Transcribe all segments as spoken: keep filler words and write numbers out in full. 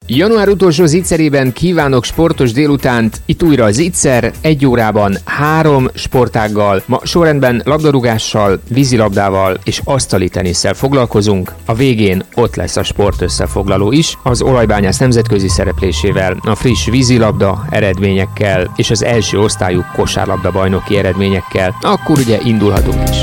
Január utolsó zicserében kívánok sportos délutánt, itt újra a Zicser, egy órában három sportággal, ma sorrendben labdarúgással, vízilabdával és asztali tenisszel foglalkozunk, a végén ott lesz a sportösszefoglaló is, az Olajbányász nemzetközi szereplésével, a friss vízilabda eredményekkel és az első osztályú kosárlabda bajnoki eredményekkel, akkor ugye indulhatunk is.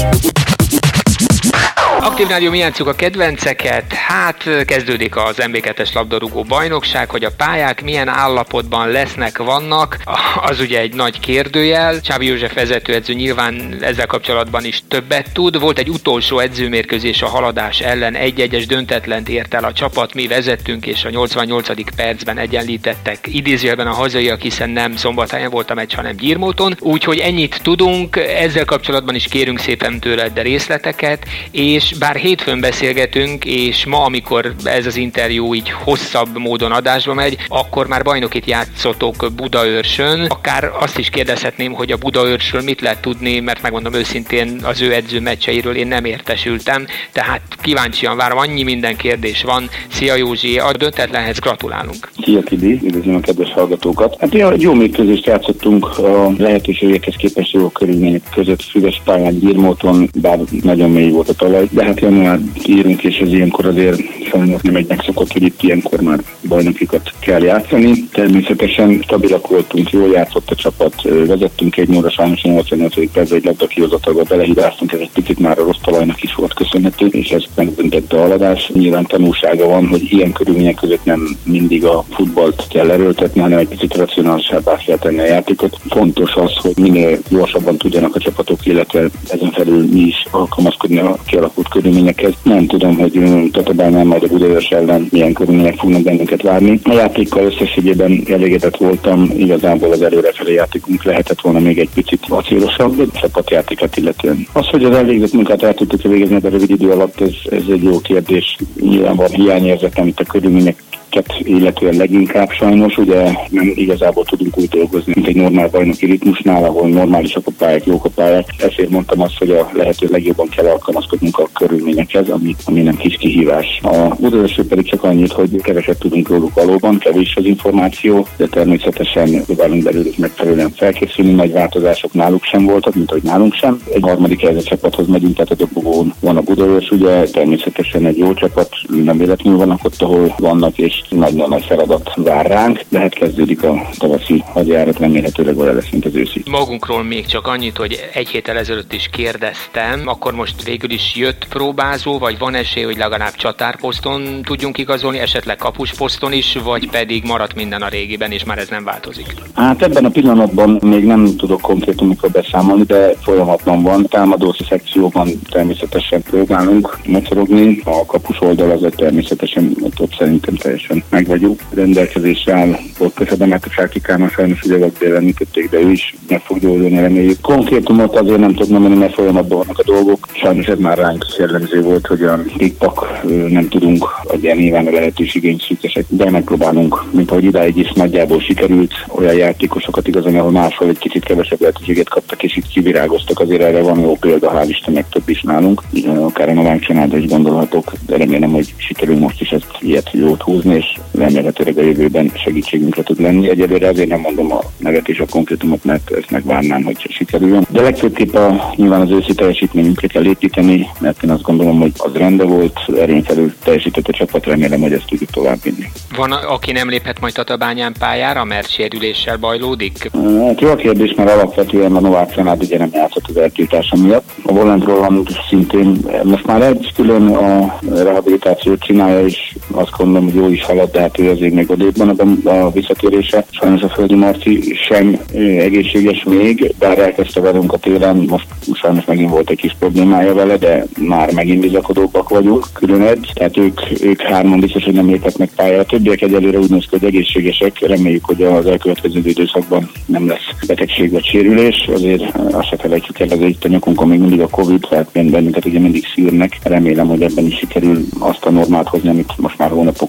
Aktív Rádió, mi játsszuk a kedvenceket, hát kezdődik az em bé kettes labdarúgó bajnokság, hogy a pályák milyen állapotban lesznek, vannak, az ugye egy nagy kérdőjel. Csábi József vezetőedző nyilván ezzel kapcsolatban is többet tud. Volt egy utolsó edzőmérkőzés a Haladás ellen, egy-egyes döntetlent ért el a csapat, mi vezettünk, és a nyolcvannyolcadik percben egyenlítettek idézőjelben a hazaiak, hiszen nem Szombathelyen volt a meccs, hanem Gyirmóton. Úgyhogy ennyit tudunk, ezzel kapcsolatban is kérünk szépen tőled de részleteket, és bár hétfőn beszélgetünk, és ma, amikor ez az interjú így hosszabb módon adásba megy, akkor már bajnokit játszottok Budaörsön. Akár azt is kérdezhetném, hogy a Budaörsről mit lehet tudni, mert megmondom őszintén, az ő edző meccseiről én nem értesültem, tehát kíváncsian várom, annyi minden kérdés van. Szia Józsi, a döntetlenhez gratulálunk. Szia Tibi, üdvözlöm a kedves hallgatókat. Hát ja, jó mérkőzést játszottunk a lehetőségekhez képest jó körülmények között, füves pályán, Gyirmóton, bár nagyon mély volt a talaj, de hát január írunk, és ez ilyenkor azért sajnos nem egy megszokott, hogy itt ilyenkor már bajnokikat kell játszani. Természetesen stabilak voltunk, jól játszott a csapat, vezettünk egy óra, sajnos a nyolcvannyolcadik percben egy labda kihozatalba belehibáztunk, ez egy picit már a rossz talajnak is volt köszönhető, és ez megdöntette a Haladás. Nyilván tanulsága van, hogy ilyen körülmények között nem mindig a futballt kell erőltetni, hanem egy picit racionálisabbá kell tenni a játékot. Fontos az, hogy minél gyorsabban tudjanak a csapatok, illetve ezen felül mi is alkalmazkodni a kialakult körülményekhez. Nem tudom, hogy Tatabánál majd a Budaörs ellen milyen körülmények fognak bennünket várni. A játékkal összességében elégedett voltam, igazából az előrefelé játékunk lehetett volna még egy picit acélosabb, de a csapatjátékot illetően. Az, hogy az elégedett munkát el tudtuk végezni a rövid idő alatt, ez, ez egy jó kérdés. Nyilván van hiányérzetem itt a körülmények, illetően leginkább sajnos, ugye nem igazából tudunk úgy dolgozni, mint egy normál bajnoki ritmusnál, ahol normálisak a pályák, jók a pályák. Ezért mondtam azt, hogy a lehető legjobban kell alkalmazkodnunk a körülményekhez, ami, ami nem kis kihívás. A Budaörsről pedig csak annyit, hogy keveset tudunk róluk valóban, kevés az információ, de természetesen próbálunk belőlük megfelelően felkészülni, nagy változások náluk sem voltak, mint hogy nálunk sem. Egy harmadik helyzet csapathoz megyünk, tehát a dobogón van a Budaörs, ugye természetesen egy jó csapat, nem véletlenül vannak ott, ahol vannak, és nagyon nagy feladat vár ránk, de hát kezdődik a tavaszi hadjárat, remélhetőleg olyan lesz, mint az őszi. Magunkról még csak annyit, hogy egy héttel ezelőtt is kérdeztem, akkor most végül is jött próbázó, vagy van esély, hogy legalább csatárposzton tudjunk igazolni, esetleg kapusposzton is, vagy pedig maradt minden a régiben, és már ez nem változik? Hát ebben a pillanatban még nem tudok konkrétumokról beszámolni, de folyamatban van. Támadó szekcióban természetesen próbálunk mocorogni, a kapus oldal azért természetesen ott szerintem teljesen meg vagyunk. Rendelkezésre áll ott köszönöm, a Sárki Kálmán sajnos ugye vakbélenítették, de ő is meg fog gyógyulni, reméljük. Konkrétumot azért nem tudok mondani, mert folyamatban vannak a dolgok. Sajnos ez már ránk jellemző volt, hogy a pikpak nem tudunk, ugye nyilván a lehetőség igényszűkesek, de megpróbálunk, mint ahogy idáig is nagyjából sikerült, olyan játékosokat igazán, ahol máshol egy kicsit kevesebb lehetőséget kaptak, és itt kivirágoztak, azért erre van jó példa, hál' Istennek több is nálunk. Akár a Novák Csanáda is gondolhatok, de remélem, hogy sikerül most is ezt ilyet jót húzni, és remélhetőleg a jövőben segítségünkre tud lenni. Egyelőre azért nem mondom a nevet és a konkrétumot, mert ezt megvárnám, hogy sikerüljön. De legfőképp a, nyilván az őszi teljesítményünkre kell építeni, mert én azt gondolom, hogy az rendben volt, erőn felül teljesített a csapat, remélem, hogy ezt tudjuk továbbvinni. Van, aki nem léphet majd Tatabányán pályára, mert sérüléssel bajlódik? Hát jó a kérdés, mert alapvetően a Novák Csanád ugye nem játszott az eltiltása miatt. A Volent Roland szintén most már egy külön a rehabilitációt csinálja, és azt gondolom, hogy jó is halad, de hát ő azért még odébb van a, a visszatérése. Sajnos a Földi Marci sem egészséges még, bár elkezdte velünk a télen, most sajnos megint volt egy kis problémája vele, de már megint bizakodóbbak vagyunk, külön egy, tehát ők, ők hárman biztos, hogy nem léphetnek pályára. Többiek egyelőre úgy néz ki, hogy egészségesek, reméljük, hogy az elkövetkező időszakban nem lesz betegség vagy sérülés, azért azt se felejtjük el, azért itt a nyakunkon még mindig a Covid, tehát bennünket ugye mindig szűrnek, remélem, hogy ebben is sikerül azt a normát hozni, amit most már hónapok óta.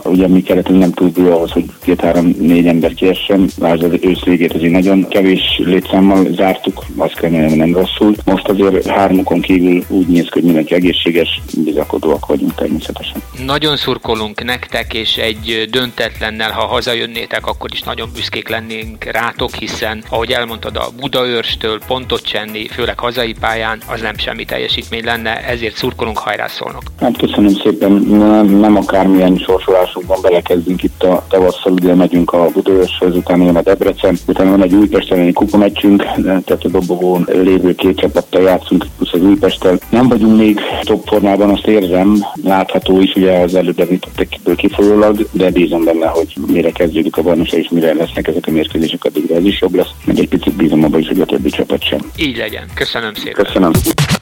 ugye mi keretünk nem túl bő ahhoz, hogy két-három-négy ember kiessen. Lásd, az ősz végét azért nagyon kevés létszámmal zártuk, azt kell mondani, nem rosszul. Most azért hármukon kívül úgy néz ki, hogy mindenki egészséges, bizakodóak vagyunk természetesen. Nagyon szurkolunk nektek, és egy döntetlennel, ha hazajönnétek, akkor is nagyon büszkék lennénk rátok, hiszen, ahogy elmondtad, a Budaörstől pontot csenni, főleg hazai pályán, az nem semmi teljesítmény lenne, ezért szurkolunk, hajrá Szolnok. Hát köszönöm szépen, nem, nem akármilyen sorsolásokban belekezdünk itt a tavasszal, ugye megyünk a Budaörshöz, utána jön a Debrecen, utána van egy Újpest elleni kupameccsünk, tehát a dobogón lévő két csapattal játszunk, plusz az Újpesttel. Nem vagyunk még top formában, azt érzem, látható is ugye az előbb említettekből kifolyólag, de bízom benne, hogy mire kezdődik a bajnokság és mire lesznek ezek a mérkőzések, addigra ez is jobb lesz, meg egy picit bízom abban is, hogy a többi csapat sem. Így legyen. Köszönöm szépen. Köszönöm.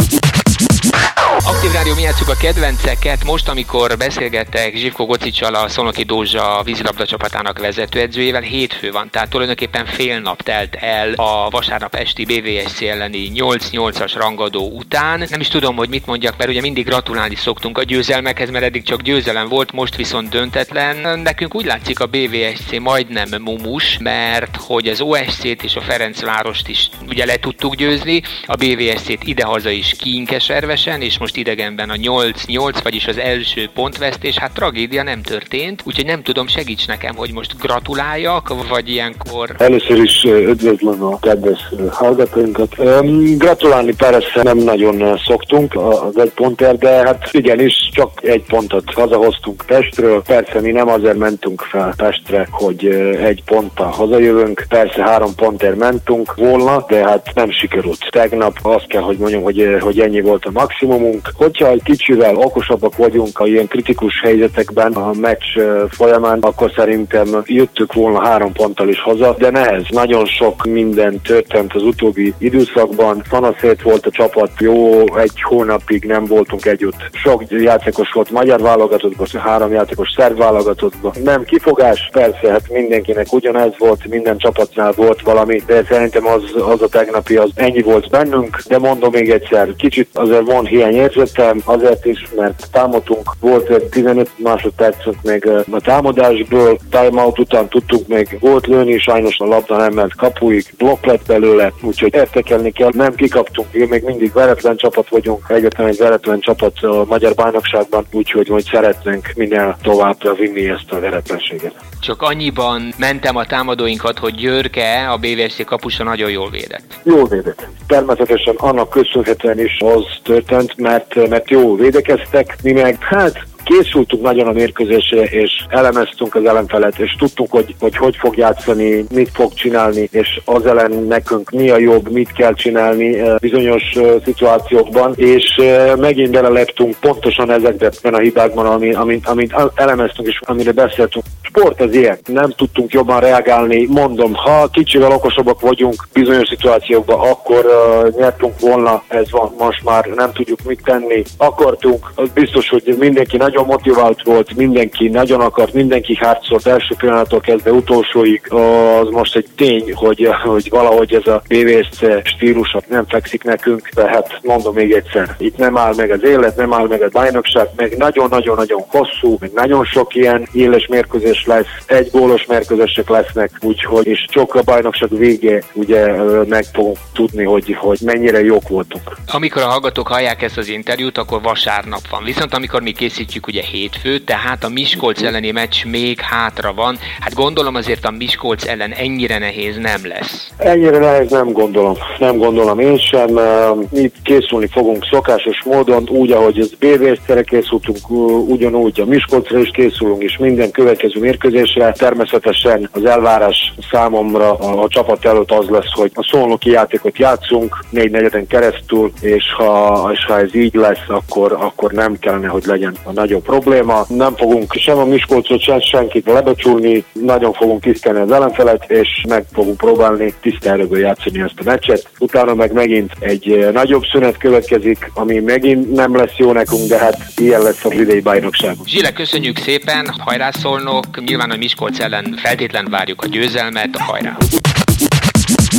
Aktív Rádió, mi játsszuk a kedvenceket. Most, amikor beszélgettek Zsivko Gocicsal, a Szolnoki Dózsa vízilabda csapatának vezetőedzőjével, hétfő van, tehát tulajdonképpen fél nap telt el a vasárnap esti bé vé es cé elleni nyolc nyolcas rangadó után. Nem is tudom, hogy mit mondjak, mert ugye mindig gratulálni szoktunk a győzelmekhez, mert eddig csak győzelem volt, most viszont döntetlen. Nekünk úgy látszik a bé vé es cé majdnem mumus, mert hogy az o es cét és a Ferencvárost is ugye le tudtuk győzni, a bé vé es cét idehaza is Kiinkeservesen, és most idegenben a nyolc nyolc, vagyis az első pontvesztés, hát tragédia nem történt, úgyhogy nem tudom, segíts nekem, hogy most gratuláljak, vagy ilyenkor... Először is üdvözlöm a kedves hallgatóinkat. Gratulálni persze nem nagyon szoktunk az egy pontért, de hát igenis csak egy pontot hazahoztunk Pestről. Persze mi nem azért mentünk fel Pestre, hogy egy ponttal hazajövünk. Persze három pontért mentünk volna, de hát nem sikerült. Tegnap azt kell, hogy mondjam, hogy, hogy ennyi volt a maximumunk. Hogyha egy kicsivel okosabbak vagyunk a ilyen kritikus helyzetekben a meccs folyamán, akkor szerintem jöttük volna három ponttal is haza, de nehez. Nagyon sok minden történt az utóbbi időszakban. Szanaszét volt a csapat, jó, egy hónapig nem voltunk együtt. Sok játékos volt magyar válogatottban, három játékos szerb válogatottban. Nem kifogás, persze, hát mindenkinek ugyanez volt, minden csapatnál volt valami, de szerintem az, az a tegnapi az ennyi volt bennünk, de mondom még egyszer, kicsit azért van hiányérzetem, azért is, mert támadtunk, volt egy tizenöt másodpercünk még a támadásból, timeout után tudtunk még gólt lőni, sajnos a labda nem ment kapuig, blokk lett belőle, úgyhogy értékelni kell, nem kikaptunk, még mindig veretlen csapat vagyunk, egyetlen egy veretlen csapat a magyar bajnokságban, úgyhogy majd szeretnénk minél továbbra vinni ezt a veretlenséget. Csak annyiban mentem a támadóinkat, hogy Györke, a bé vé es cé kapusa nagyon jól védett. Jól védett. Természetesen annak köszönhetően is az történt, mert, mert jól védekeztek, mi meg hát készültünk nagyon a mérkőzésre, és elemeztünk az ellenfelet, és tudtuk, hogy, hogy hogy fog játszani, mit fog csinálni, és az ellen nekünk mi a jobb, mit kell csinálni bizonyos szituációkban, és megint beleleptünk pontosan ezekben a hibákban, amit, amit, amit elemeztünk, és amire beszéltünk. Sport az ilyen. Nem tudtunk jobban reagálni. Mondom, ha kicsivel okosabbak vagyunk bizonyos szituációkban, akkor uh, nyertünk volna, ez van, most már nem tudjuk mit tenni. Akartunk, az biztos, hogy mindenki nagyon motivált volt, mindenki nagyon akart, mindenki harcolt első pillanattól kezdve utolsóig. Az most egy tény, hogy, hogy valahogy ez a bé vé es cé stílusa nem fekszik nekünk, tehát mondom még egyszer, itt nem áll meg az élet, nem áll meg a bajnokság, meg nagyon-nagyon-nagyon hosszú, meg nagyon sok ilyen éles mérkőzés lesz, egy gólos mérkőzések lesznek, úgyhogy és csak a bajnokság vége ugye meg fogunk tudni, hogy, hogy mennyire jók voltunk. Amikor a hallgatók hallják ezt az interjút, akkor vasárnap van. Viszont amikor mi készítjük ugye hétfő, tehát a Miskolc elleni meccs még hátra van. Hát gondolom azért a Miskolc ellen ennyire nehéz nem lesz. Ennyire nehéz nem gondolom. Nem gondolom én sem. Mi készülni fogunk szokásos módon, úgy, ahogy az bé vé es cére készültünk, ugyanúgy a Miskolcra is készülünk, és minden következő mérkőzésre. Természetesen az elvárás számomra a, a csapat előtt az lesz, hogy a szolnoki játékot játszunk négy negyeden keresztül, és ha, és ha ez így lesz, akkor, akkor nem kellene, hogy legyen a nagyobb probléma. Nem fogunk sem a Miskolcot, sem senkit lebecsülni, nagyon fogunk tisztelni az ellenfelet, és meg fogunk próbálni tiszta erőből játszani ezt a meccset. Utána meg megint egy nagyobb szünet következik, ami megint nem lesz jó nekünk, de hát ilyen lesz az idei bajnokságunk. Zsile, köszönjük szépen, hajrá Szolnok, nyilván a Miskolc ellen feltétlen várjuk a győzelmet, hajrá!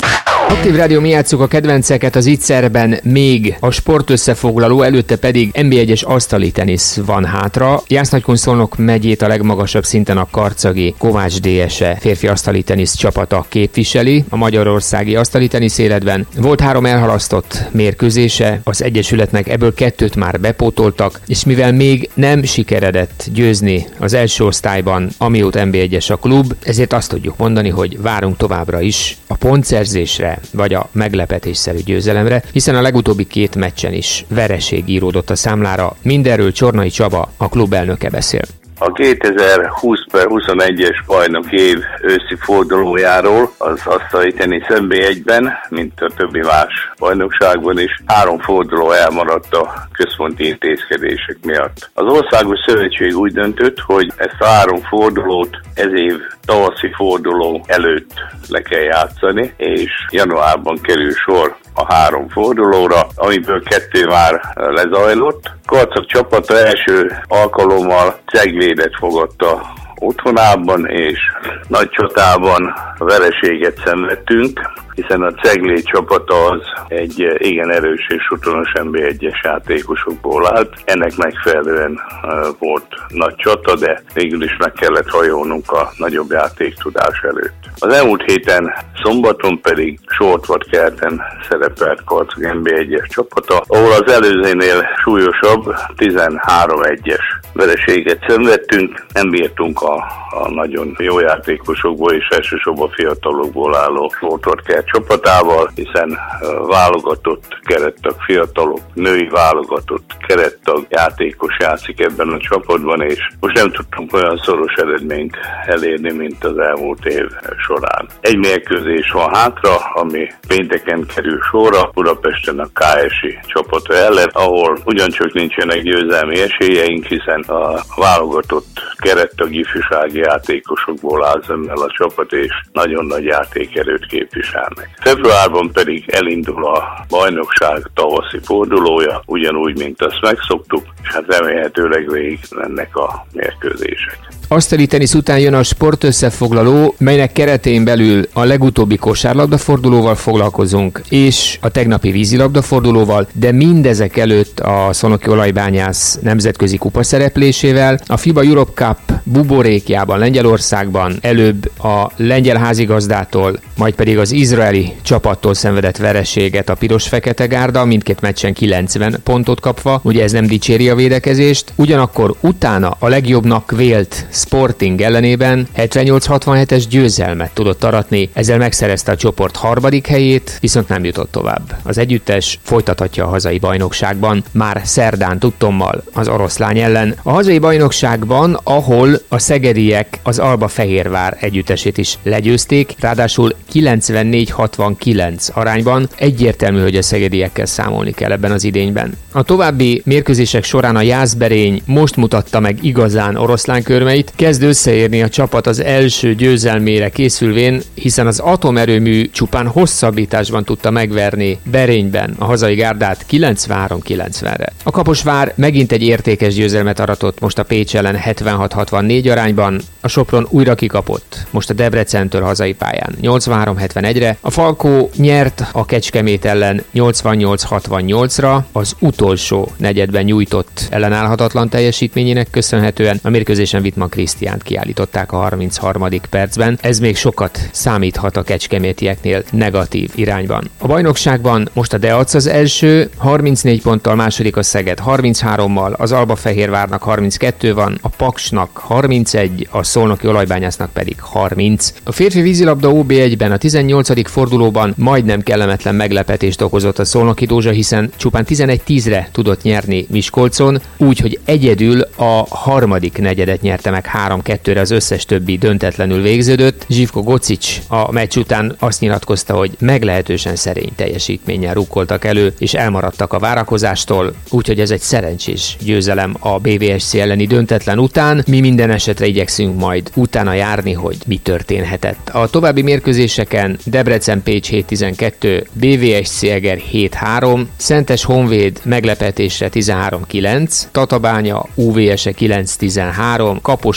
Aktív Rádió, mi játsszuk a kedvenceket, az Ittszerben még a sportösszefoglaló, előtte pedig en bé egyes asztali tenisz van hátra. Jász-Nagykun-Szolnok megyét a legmagasabb szinten a karcagi Kovács dé es e férfi asztali tenisz csapata képviseli a magyarországi asztali tenisz életben. Volt három elhalasztott mérkőzése, az egyesületnek ebből kettőt már bepótoltak, és mivel még nem sikeredett győzni az első osztályban, amióta en bé egyes a klub, ezért azt tudjuk mondani, hogy várunk továbbra is a pontszerzésre vagy a meglepetésszerű győzelemre, hiszen a legutóbbi két meccsen is vereség íródott a számlára. Mindenről Csornai Csaba, a klub elnöke beszél. A kétezer-húsz per huszonegyes bajnoki év őszi fordulójáról az asztali tenisz en bé egyben, mint a többi más bajnokságban is, három forduló elmaradt a központi intézkedések miatt. Az Országos Szövetség úgy döntött, hogy ezt a három fordulót ez év tavaszi forduló előtt le kell játszani, és januárban kerül sor a három fordulóra, amiből kettő már lezajlott. Karcag csapata első alkalommal Ceglédet fogadta otthonában, és nagy csatában vereséget szenvedtünk, hiszen a Ceglé csapata az egy igen erős és utonos en bé egyes játékosokból állt. Ennek megfelelően uh, volt nagy csata, de végül is meg kellett hajolnunk a nagyobb játéktudás előtt. Az elmúlt héten szombaton pedig Sortvad-Kerten szerepelt Karcag en bé egyes csapata, ahol az előzőnél súlyosabb tizenhárom egyes vereséget szenvedtünk, nem bírtunk a, a nagyon jó játékosokból és elsősorban fiatalokból álló Sortvad-Kert csapatával, hiszen válogatott kerettag fiatalok, női válogatott kerettag játékos játszik ebben a csapatban, és most nem tudtunk olyan szoros eredményt elérni, mint az elmúlt év során. Egy mérkőzés van hátra, ami pénteken kerül sorra Budapesten a ká es i csapata ellen, ahol ugyancsak nincsenek győzelmi esélyeink, hiszen a válogatott kerettag ifjúsági játékosokból áll zömmel a csapat, és nagyon nagy játékerőt képviselnek. Februárban pedig elindul a bajnokság tavaszi fordulója, ugyanúgy, mint azt megszoktuk, és hát remélhetőleg végig lennek a mérkőzések. Asztali tenisz után jön a sportösszefoglaló, melynek keretén belül a legutóbbi kosárlabdafordulóval foglalkozunk, és a tegnapi vízilabdafordulóval, de mindezek előtt a Szolnoki Olajbányász nemzetközi kupa szereplésével, a FIBA Europe Cup buborékjában Lengyelországban előbb a lengyel házigazdától, majd pedig az izraeli csapattól szenvedett vereséget a piros-fekete gárda, mindkét meccsen kilencven pontot kapva, ugye ez nem dicséri a védekezést, ugyanakkor utána a legjobbnak vélt Sporting ellenében hetvennyolc hatvanhetes győzelmet tudott aratni, ezzel megszerezte a csoport harmadik helyét, viszont nem jutott tovább. Az együttes folytathatja a hazai bajnokságban, már szerdán tudtommal az Oroszlány ellen. A hazai bajnokságban, ahol a szegediek az Alba Fehérvár együttesét is legyőzték, ráadásul kilencvennégy hatvankilenc arányban, egyértelmű, hogy a szegediekkel számolni kell ebben az idényben. A további mérkőzések során a Jászberény most mutatta meg igazán oroszlán körmeit, kezd összeérni a csapat az első győzelmére készülvén, hiszen az atomerőmű csupán hosszabbításban tudta megverni Berényben a hazai gárdát kilencvenhárom kilencvenre. A Kaposvár megint egy értékes győzelmet aratott most a Pécs ellen hetvenhat hatvannégy arányban, a Sopron újra kikapott most a Debrecentől hazai pályán nyolcvanhárom hetvenegyre, a Falkó nyert a Kecskemét ellen nyolcvannyolc hatvannyolcra, az utolsó negyedben nyújtott ellenállhatatlan teljesítményének köszönhetően a mérkőzésen Wittmann Krisztiánt kiállították a harmincharmadik percben, ez még sokat számíthat a kecskemétieknél negatív irányban. A bajnokságban most a Deac az első, harmincnégy ponttal, második a Szeged harminchárommal, az Alba Fehérvárnak harminckettő van, a Paksnak harmincegy, a Szolnoki Olajbányásznak pedig harminc. A férfi vízilabda ó bé egyben a tizennyolcadik fordulóban majdnem kellemetlen meglepetést okozott a Szolnoki Dózsa, hiszen csupán tizenegy tízre tudott nyerni Miskolcon, úgy, hogy egyedül a harmadik negyedet nyerte meg három kettőre, az összes többi döntetlenül végződött. Zsivko Gocic a meccs után azt nyilatkozta, hogy meglehetősen szerény teljesítménnyel rukkoltak elő, és elmaradtak a várakozástól, úgyhogy ez egy szerencsés győzelem a bé vé es cé elleni döntetlen után. Mi minden esetre igyekszünk majd utána járni, hogy mi történhetett. A további mérkőzéseken Debrecen-Pécs hét tizenkettő, bé vé es cé Eger hét három, Szentes Honvéd meglepetésre tizenhárom kilenc, Tatabánya u vé es-e kilenc tizenhárom, Kapos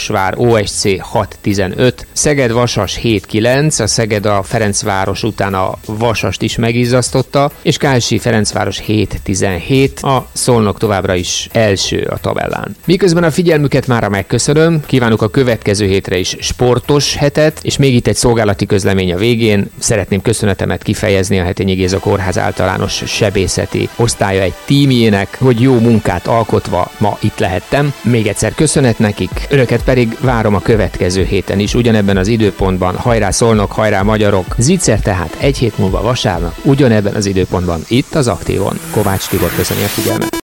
Kaposvár o es cé hat tizenöt, Szeged-Vasas hét kilenc, a Szeged a Ferencváros után a Vasast is megizzasztotta, és Kálmán-Ferencváros hét tizenhét, a Szolnok továbbra is első a tabellán. Miközben a figyelmüket mára megköszönöm, kívánok a következő hétre is sportos hetet, és még itt egy szolgálati közlemény a végén. Szeretném köszönetemet kifejezni a Hetényi Géza Kórház általános sebészeti osztálya egy tímjének, hogy jó munkát alkotva ma itt lehettem. Még egyszer köszönet nekik, önöket pedig várom a következő héten is, ugyanebben az időpontban. Hajrá Szolnok, hajrá magyarok! Zicser tehát egy hét múlva vasárnap, ugyanebben az időpontban itt az Aktívon. Kovács Tibor köszöni a figyelmet.